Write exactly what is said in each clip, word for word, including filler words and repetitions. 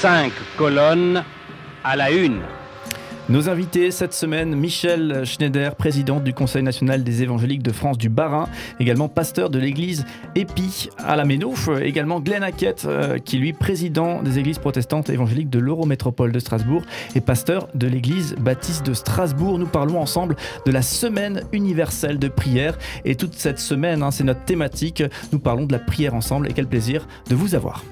Cinq colonnes à la une. Nos invités cette semaine, Michel Schneider, président du Conseil national des évangéliques de France du Bas-Rhin, également pasteur de l'église Épi à la Ménouf, également Glenn Hackett, euh, qui lui président des églises protestantes évangéliques de l'Eurométropole de Strasbourg et pasteur de l'église baptiste de Strasbourg. Nous parlons ensemble de la semaine universelle de prière et toute cette semaine, hein, c'est notre thématique, nous parlons de la prière ensemble et quel plaisir de vous avoir.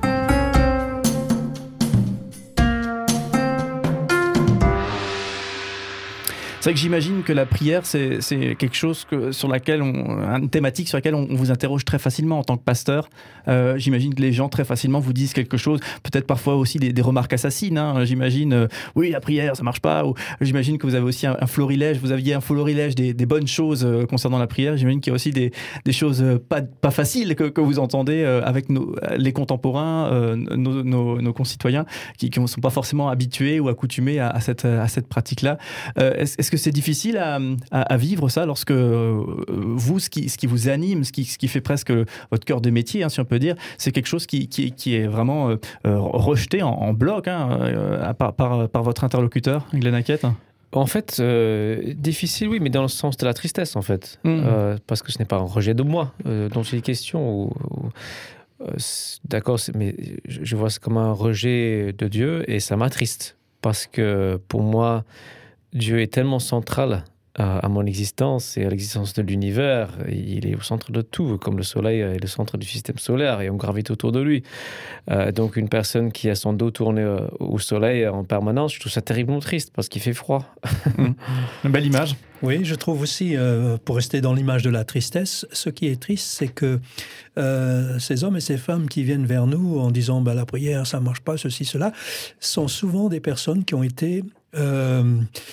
C'est vrai que j'imagine que la prière, c'est, c'est quelque chose que, sur laquelle on, une thématique sur laquelle on, on vous interroge très facilement en tant que pasteur. Euh, j'imagine que les gens très facilement vous disent quelque chose, peut-être parfois aussi des, des remarques assassines. Hein. J'imagine, euh, oui, la prière, ça marche pas. Ou j'imagine que vous avez aussi un, un florilège, vous aviez un florilège des, des bonnes choses euh, concernant la prière. J'imagine qu'il y a aussi des, des choses euh, pas, pas faciles que, que vous entendez euh, avec nos, les contemporains, euh, nos, nos, nos concitoyens qui ne sont pas forcément habitués ou accoutumés à, à, cette, à cette pratique-là. Euh, est-ce, est-ce que c'est difficile à, à, à vivre ça lorsque euh, vous, ce qui, ce qui vous anime, ce qui, ce qui fait presque votre cœur de métier, hein, si on peut dire, c'est quelque chose qui, qui, qui est vraiment euh, rejeté en, en bloc hein, euh, par, par, par votre interlocuteur, Glenn Hackett? En fait, euh, difficile, oui, mais dans le sens de la tristesse, en fait. Mmh. Euh, parce que ce n'est pas un rejet de moi euh, dont il est question. Ou, ou, euh, d'accord, mais je, je vois ça comme un rejet de Dieu et ça m'attriste. Parce que pour moi, Dieu est tellement central à, à mon existence et à l'existence de l'univers. Il est au centre de tout, comme le soleil est le centre du système solaire et on gravite autour de lui. Euh, donc une personne qui a son dos tourné au soleil en permanence, je trouve ça terriblement triste parce qu'il fait froid. Mmh. Une belle image. Oui, je trouve aussi, euh, pour rester dans l'image de la tristesse, ce qui est triste, c'est que euh, ces hommes et ces femmes qui viennent vers nous en disant bah, « la prière, ça ne marche pas, ceci, cela », sont souvent des personnes qui ont été euh,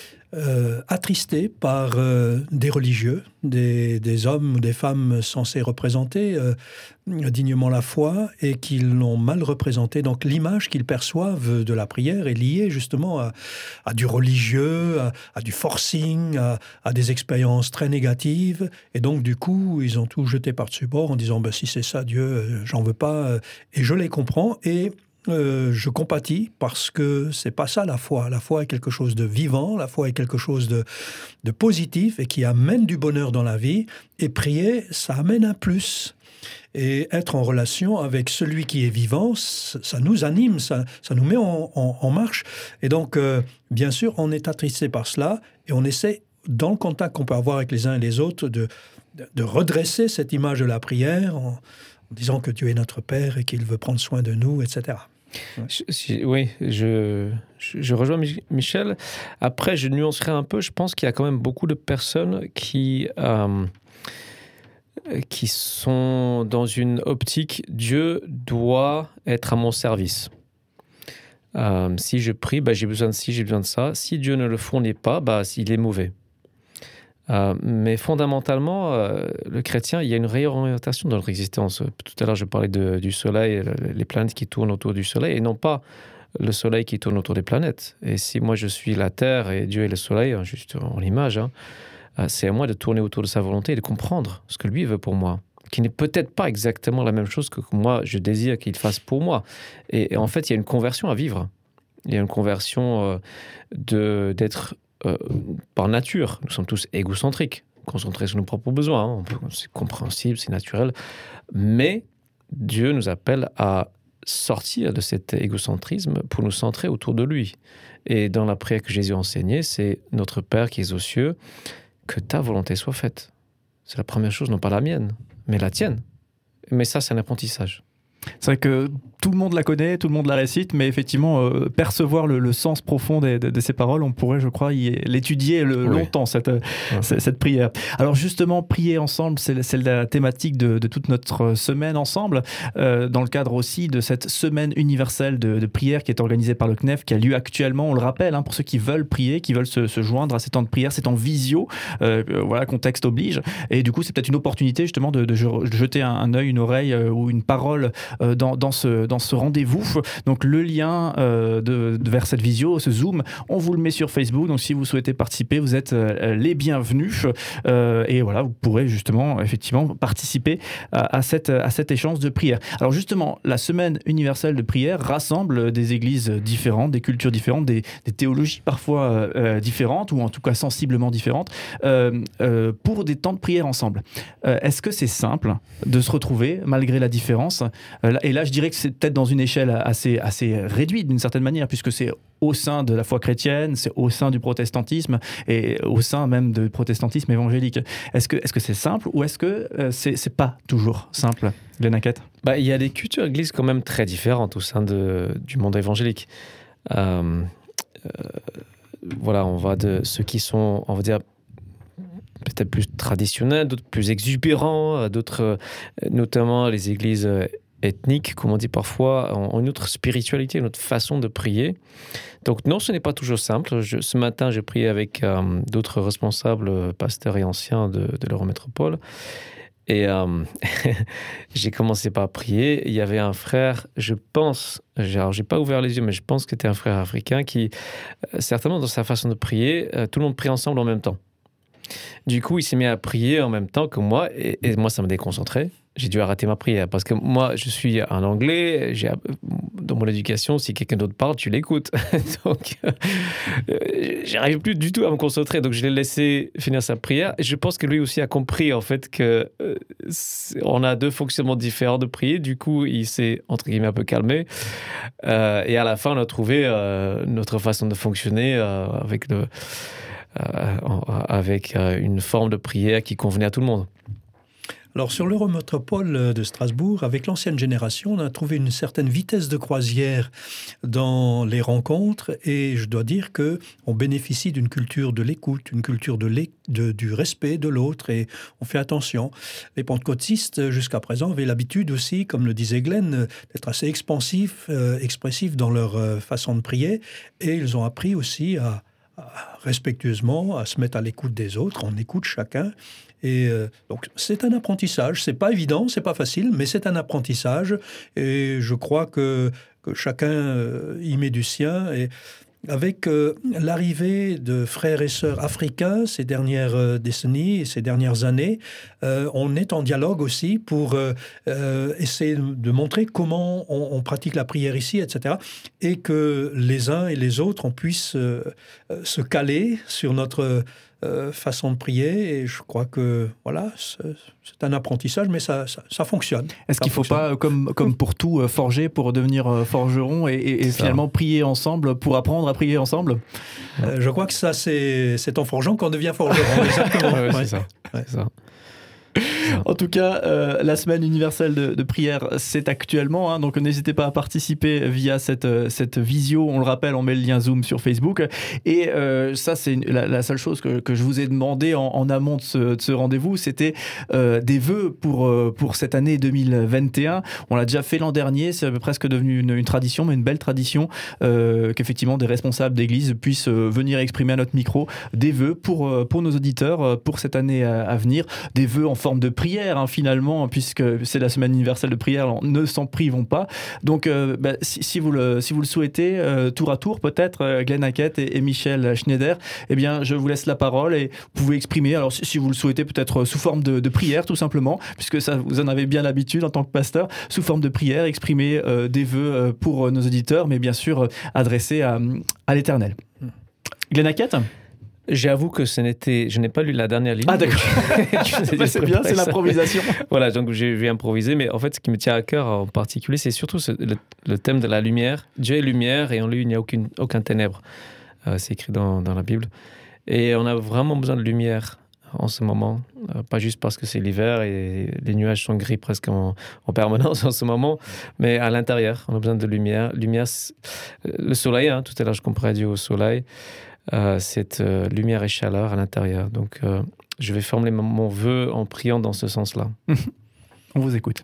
euh, attristés par euh, des religieux, des, des hommes ou des femmes censés représenter euh, dignement la foi et qui l'ont mal représentée. Donc l'image qu'ils perçoivent de la prière est liée justement à, à du religieux, à, à du forcing, à, à des expériences très négatives. Et donc du coup, ils ont tout jeté par-dessus bord en disant bah, « si c'est ça, Dieu, j'en veux pas ». Et je les comprends et Euh, je compatis parce que c'est pas ça la foi. La foi est quelque chose de vivant, la foi est quelque chose de, de positif et qui amène du bonheur dans la vie. Et prier, ça amène un plus. Et être en relation avec celui qui est vivant, ça nous anime, ça, ça nous met en, en, en marche. Et donc, euh, bien sûr, on est attristé par cela et on essaie, dans le contact qu'on peut avoir avec les uns et les autres, de, de, de redresser cette image de la prière en, en disant que Dieu est notre Père et qu'il veut prendre soin de nous, et cetera. Ouais. Je, oui, je, je, je rejoins Michel. Après, je nuancerai un peu. Je pense qu'il y a quand même beaucoup de personnes qui, euh, qui sont dans une optique « Dieu doit être à mon service ». Euh, si je prie, bah, j'ai besoin de ci, j'ai besoin de ça. Si Dieu ne le fournit pas, bah, il est mauvais. Euh, mais fondamentalement, euh, le chrétien, il y a une réorientation dans notre existence. Tout à l'heure, je parlais de, du soleil, les planètes qui tournent autour du soleil, et non pas le soleil qui tourne autour des planètes. Et si moi, je suis la Terre et Dieu est le soleil, juste en image, hein, c'est à moi de tourner autour de sa volonté et de comprendre ce que lui veut pour moi, qui n'est peut-être pas exactement la même chose que moi, je désire qu'il fasse pour moi. Et, et en fait, il y a une conversion à vivre. Il y a une conversion euh, de, d'être... Euh, par nature, nous sommes tous égocentriques, concentrés sur nos propres besoins, hein. C'est compréhensible, c'est naturel, mais Dieu nous appelle à sortir de cet égocentrisme pour nous centrer autour de lui. Et dans la prière que Jésus a enseignée, c'est « Notre Père qui es aux cieux, que ta volonté soit faite ». C'est la première chose, non pas la mienne, mais la tienne. Mais ça, c'est un apprentissage. C'est vrai que tout le monde la connaît, tout le monde la récite, mais effectivement, euh, percevoir le, le sens profond de, de, de ces paroles, on pourrait, je crois, y, l'étudier le, oui. longtemps, cette, oui. cette, cette prière. Alors justement, prier ensemble, c'est, c'est la thématique de, de toute notre semaine ensemble, euh, dans le cadre aussi de cette semaine universelle de, de prière qui est organisée par le C N E F, qui a lieu actuellement, on le rappelle, hein, pour ceux qui veulent prier, qui veulent se, se joindre à ces temps de prière, c'est en visio, euh, voilà, contexte oblige, et du coup, c'est peut-être une opportunité justement de, de jeter un, un œil, une oreille euh, ou une parole euh, dans, dans ce, dans dans ce rendez-vous. Donc le lien euh, de, de vers cette visio, ce Zoom, on vous le met sur Facebook. Donc si vous souhaitez participer, vous êtes euh, les bienvenus. Euh, et voilà, vous pourrez justement, effectivement, participer à, à, cette, à cet échange de prière. Alors justement, la semaine universelle de prière rassemble des églises différentes, des cultures différentes, des, des théologies parfois euh, différentes, ou en tout cas sensiblement différentes, euh, euh, pour des temps de prière ensemble. Euh, est-ce que c'est simple de se retrouver malgré la différence ? euh, Et là, je dirais que c'est peut-être dans une échelle assez, assez réduite d'une certaine manière, puisque c'est au sein de la foi chrétienne, c'est au sein du protestantisme et au sein même du protestantisme évangélique. Est-ce que, est-ce que c'est simple ou est-ce que euh, c'est, c'est pas toujours simple, Glenn Hackett ? Bah, il y a des cultures églises quand même très différentes au sein de, du monde évangélique. Euh, euh, voilà, on va de ceux qui sont, on va dire, peut-être plus traditionnels, d'autres plus exubérants, d'autres, notamment les églises ethniques, comme on dit parfois, ont une autre spiritualité, une autre façon de prier. Donc non, ce n'est pas toujours simple. Je, ce matin, j'ai prié avec euh, d'autres responsables, pasteurs et anciens de, de l'Eurométropole. Et euh, j'ai commencé par prier. Il y avait un frère, je pense, alors j'ai pas ouvert les yeux, mais je pense que c'était un frère africain qui, euh, certainement dans sa façon de prier, euh, tout le monde prie ensemble en même temps. Du coup, il s'est mis à prier en même temps que moi, et, et moi, ça me déconcentrait. J'ai dû arrêter ma prière parce que moi, je suis en anglais. J'ai, dans mon éducation, si quelqu'un d'autre parle, tu l'écoutes. Donc, euh, j'arrive plus du tout à me concentrer. Donc, je l'ai laissé finir sa prière. Et je pense que lui aussi a compris en fait que euh, on a deux fonctionnements différents de prier. Du coup, il s'est entre guillemets un peu calmé. Euh, et à la fin, on a trouvé euh, notre façon de fonctionner euh, avec le, euh, avec euh, une forme de prière qui convenait à tout le monde. Alors, sur l'Eurométropole de Strasbourg, avec l'ancienne génération, on a trouvé une certaine vitesse de croisière dans les rencontres et je dois dire qu'on bénéficie d'une culture de l'écoute, une culture de l'é- de, du respect de l'autre et on fait attention. Les pentecôtistes, jusqu'à présent, avaient l'habitude aussi, comme le disait Glenn, d'être assez expansifs, euh, expressifs dans leur euh, façon de prier et ils ont appris aussi à, à respectueusement à se mettre à l'écoute des autres. On écoute chacun. Et euh, donc c'est un apprentissage, c'est pas évident, c'est pas facile, mais c'est un apprentissage et je crois que, que chacun euh, y met du sien. Et avec euh, l'arrivée de frères et sœurs africains ces dernières euh, décennies et ces dernières années, euh, on est en dialogue aussi pour euh, euh, essayer de montrer comment on, on pratique la prière ici, et cetera. Et que les uns et les autres, on puisse euh, euh, se caler sur notre Euh, façon de prier et je crois que voilà, c'est, c'est un apprentissage mais ça, ça, ça fonctionne. Est-ce ça qu'il ne faut pas, comme, comme pour tout, euh, forger pour devenir euh, forgeron et, et, et finalement prier ensemble pour apprendre à prier ensemble ? euh, Je crois que ça c'est, c'est en forgeant qu'on devient forgeron. Exactement. Ouais, ouais, ouais. c'est ça. Ouais. C'est ça. En tout cas, euh, la semaine universelle de, de prière, c'est actuellement, hein, donc n'hésitez pas à participer via cette, cette visio. On le rappelle, on met le lien Zoom sur Facebook. Et euh, ça, c'est une, la, la seule chose que, que je vous ai demandé en, en amont de ce, de ce rendez-vous, c'était euh, des vœux pour, euh, pour cette année deux mille vingt et un. On l'a déjà fait l'an dernier, c'est presque devenu une, une tradition, mais une belle tradition, euh, qu'effectivement des responsables d'église puissent euh, venir exprimer à notre micro des vœux pour, euh, pour nos auditeurs euh, pour cette année à, à venir. Des vœux en forme de prière, hein, finalement, puisque c'est la semaine universelle de prière, alors ne s'en privons pas. Donc, euh, bah, si, si, vous le, si vous le souhaitez, euh, tour à tour, peut-être, euh, Glenn Hackett et, et Michel Schneider, eh bien, je vous laisse la parole et vous pouvez exprimer, alors si, si vous le souhaitez, peut-être sous forme de, de prière, tout simplement, puisque ça, vous en avez bien l'habitude en tant que pasteur, sous forme de prière, exprimer euh, des vœux pour nos auditeurs, mais bien sûr, euh, adressés à, à l'Éternel. Glenn Hackett ? J'avoue que ce n'était, je n'ai pas lu la dernière ligne. Ah d'accord. C'est bien, c'est l'improvisation. Voilà, donc j'ai, j'ai improvisé, mais en fait, ce qui me tient à cœur en particulier, c'est surtout ce, le, le thème de la lumière. Dieu est lumière et en lui, il n'y a aucune, aucun ténèbre. Euh, c'est écrit dans, dans la Bible. Et on a vraiment besoin de lumière en ce moment, euh, pas juste parce que c'est l'hiver et les nuages sont gris presque en, en permanence en ce moment, mais à l'intérieur, on a besoin de lumière. Lumière, le soleil, hein, tout à l'heure, je comparais Dieu au soleil. Euh, cette euh, lumière et chaleur à l'intérieur. Donc, euh, je vais formuler mon, mon vœu en priant dans ce sens-là. On vous écoute.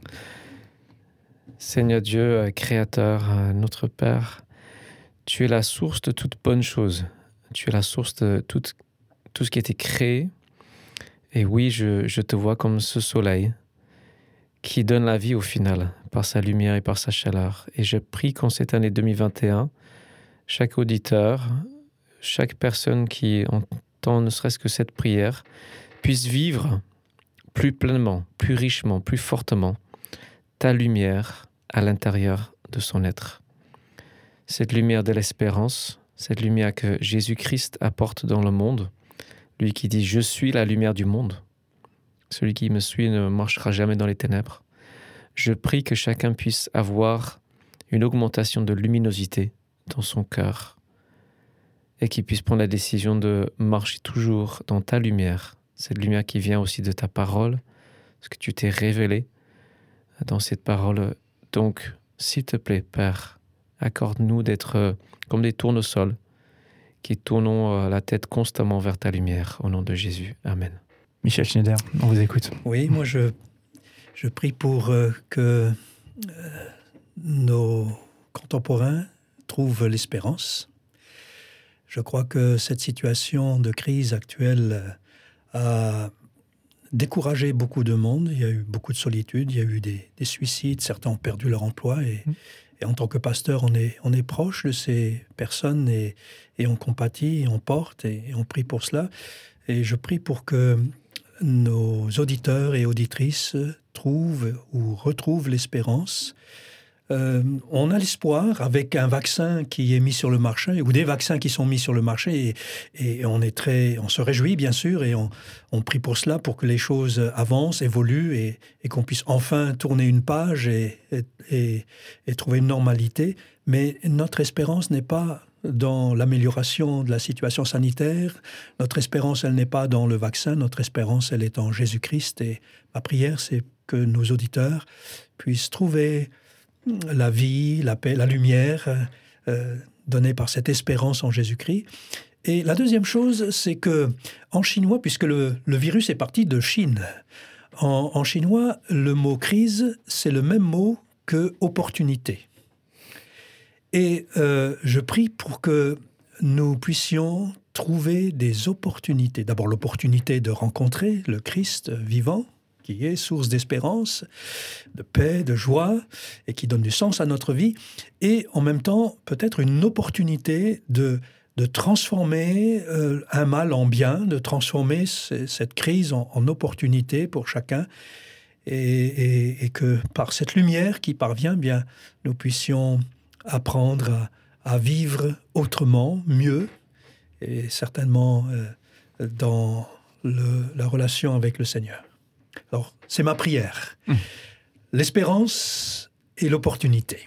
Seigneur Dieu, euh, Créateur, euh, notre Père, tu es la source de toute bonne chose. Tu es la source de tout, tout ce qui a été créé. Et oui, je, je te vois comme ce soleil qui donne la vie au final, par sa lumière et par sa chaleur. Et je prie qu'en cette année deux mille vingt et un, chaque auditeur, chaque personne qui entend ne serait-ce que cette prière, puisse vivre plus pleinement, plus richement, plus fortement ta lumière à l'intérieur de son être. Cette lumière de l'espérance, cette lumière que Jésus-Christ apporte dans le monde, lui qui dit « Je suis la lumière du monde ». Celui qui me suit ne marchera jamais dans les ténèbres. Je prie que chacun puisse avoir une augmentation de luminosité dans son cœur et qu'il puisse prendre la décision de marcher toujours dans ta lumière, cette lumière qui vient aussi de ta parole, ce que tu t'es révélé dans cette parole. Donc, s'il te plaît, Père, accorde-nous d'être comme des tournesols qui tournons la tête constamment vers ta lumière. Au nom de Jésus. Amen. Michel Schneider, on vous écoute. Oui, moi je, je prie pour euh, que euh, nos contemporains trouvent l'espérance. Je crois que cette situation de crise actuelle a découragé beaucoup de monde. Il y a eu beaucoup de solitude, il y a eu des, des suicides, certains ont perdu leur emploi. Et, mmh. et en tant que pasteur, on est, on est proche de ces personnes et, et on compatit, et on porte et, et on prie pour cela. Et je prie pour que nos auditeurs et auditrices trouvent ou retrouvent l'espérance. Euh, on a l'espoir avec un vaccin qui est mis sur le marché ou des vaccins qui sont mis sur le marché et, et on est très, on se réjouit bien sûr et on, on prie pour cela pour que les choses avancent, évoluent et, et qu'on puisse enfin tourner une page et, et, et, et trouver une normalité. Mais notre espérance n'est pas dans l'amélioration de la situation sanitaire. Notre espérance, elle n'est pas dans le vaccin. Notre espérance, elle est en Jésus-Christ. Et ma prière, c'est que nos auditeurs puissent trouver la vie, la paix, la lumière euh, donnée par cette espérance en Jésus-Christ. Et la deuxième chose, c'est que en chinois, puisque le, le virus est parti de Chine, en, en chinois, le mot crise, c'est le même mot que opportunité. Et euh, je prie pour que nous puissions trouver des opportunités. D'abord, l'opportunité de rencontrer le Christ vivant, qui est source d'espérance, de paix, de joie, et qui donne du sens à notre vie. Et en même temps, peut-être une opportunité de, de transformer euh, un mal en bien, de transformer c- cette crise en, en opportunité pour chacun. Et, et, et que par cette lumière qui parvient, bien, nous puissions apprendre à, à vivre autrement, mieux, et certainement euh, dans le, la relation avec le Seigneur. Alors, c'est ma prière. Mmh. L'espérance et l'opportunité.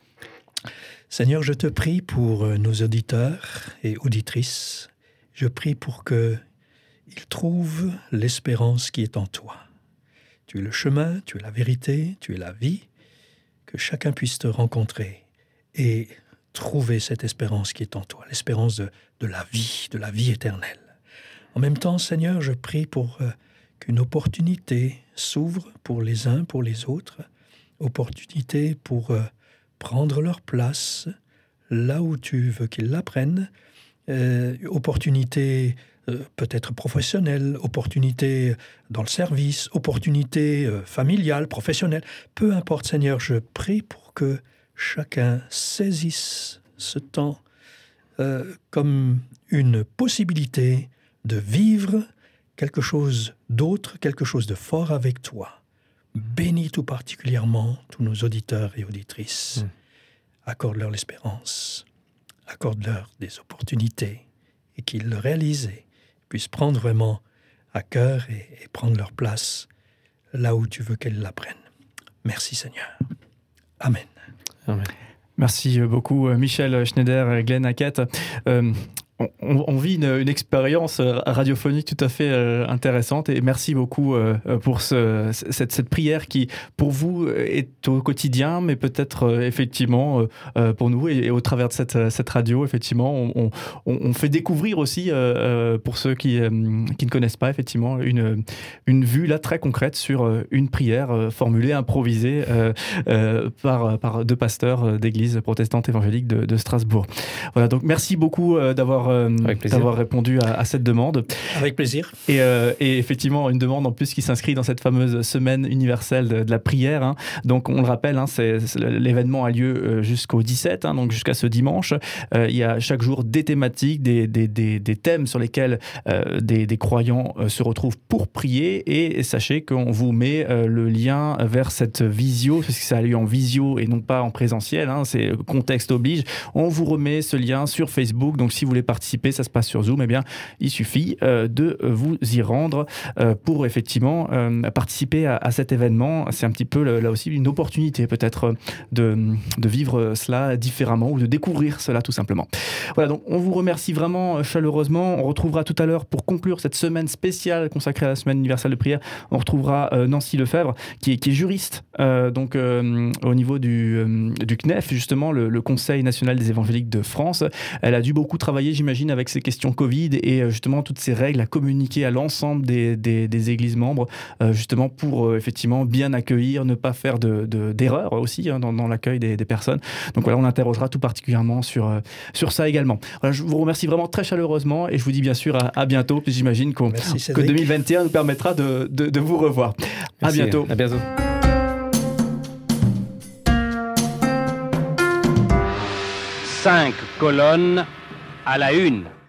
Seigneur, je te prie pour nos auditeurs et auditrices. Je prie pour qu'ils trouvent l'espérance qui est en toi. Tu es le chemin, tu es la vérité, tu es la vie. Que chacun puisse te rencontrer et trouver cette espérance qui est en toi, l'espérance de, de la vie, de la vie éternelle. En même temps, Seigneur, je prie pour euh, qu'une opportunité s'ouvre pour les uns, pour les autres, opportunité pour euh, prendre leur place là où tu veux qu'ils la prennent, euh, opportunité euh, peut-être professionnelle, opportunité dans le service, opportunité euh, familiale, professionnelle, peu importe, Seigneur, je prie pour que chacun saisisse ce temps euh, comme une possibilité de vivre quelque chose d'autre, quelque chose de fort avec toi. Bénis tout particulièrement tous nos auditeurs et auditrices. Mmh. Accorde-leur l'espérance, accorde-leur des opportunités et qu'ils le réalisent et puissent prendre vraiment à cœur et, et prendre leur place là où tu veux qu'elles la prennent. Merci Seigneur. Amen. Amen. Merci beaucoup Michel Schneider et Glenn Hackett. Euh, on, on vit une, une expérience radiophonique tout à fait euh, intéressante et merci beaucoup euh, pour ce, cette, cette prière qui pour vous est au quotidien mais peut-être euh, effectivement euh, pour nous et, et au travers de cette, cette radio effectivement on, on, on fait découvrir aussi euh, pour ceux qui, euh, qui ne connaissent pas effectivement une, une vue là très concrète sur une prière euh, formulée, improvisée euh, euh, par, par deux pasteurs d'église protestante évangélique de, de Strasbourg. Voilà, donc merci beaucoup euh, d'avoir d'avoir, euh, d'avoir répondu à, à cette demande. Avec plaisir. Et, euh, et effectivement, une demande en plus qui s'inscrit dans cette fameuse semaine universelle de, de la prière. Hein. Donc, on le rappelle, hein, c'est, c'est, l'événement a lieu jusqu'au dix-sept, hein, donc jusqu'à ce dimanche. Euh, il y a chaque jour des thématiques, des, des, des, des thèmes sur lesquels euh, des, des croyants euh, se retrouvent pour prier. Et, et sachez qu'on vous met euh, le lien vers cette visio, parce que ça a lieu en visio et non pas en présentiel. Hein, c'est contexte oblige. On vous remet ce lien sur Facebook. Donc, si vous voulez participer, ça se passe sur Zoom. Eh bien, il suffit euh, de vous y rendre euh, pour effectivement euh, participer à, à cet événement. C'est un petit peu là aussi une opportunité peut-être de, de vivre cela différemment ou de découvrir cela tout simplement. Voilà, donc on vous remercie vraiment chaleureusement. On retrouvera tout à l'heure pour conclure cette semaine spéciale consacrée à la semaine universelle de prière. On retrouvera euh, Nancy Lefebvre qui est, qui est juriste euh, donc euh, au niveau du, euh, du C N E F, justement le, le Conseil national des évangéliques de France. Elle a dû beaucoup travailler, j'imagine, avec ces questions Covid et euh, justement toutes ces règles à communiquer à l'ensemble des, des, des églises membres, euh, justement pour euh, effectivement bien accueillir, ne pas faire de, de, d'erreurs aussi hein, dans, dans l'accueil des, des personnes. Donc voilà, on interrogera tout particulièrement sur, euh, sur ça également. Voilà, je vous remercie vraiment très chaleureusement et je vous dis bien sûr à, à bientôt. Puis j'imagine qu'on, Merci, que deux mille vingt et un nous permettra de, de, de vous revoir. Merci, à bientôt. À bientôt. Cinq colonnes à la une.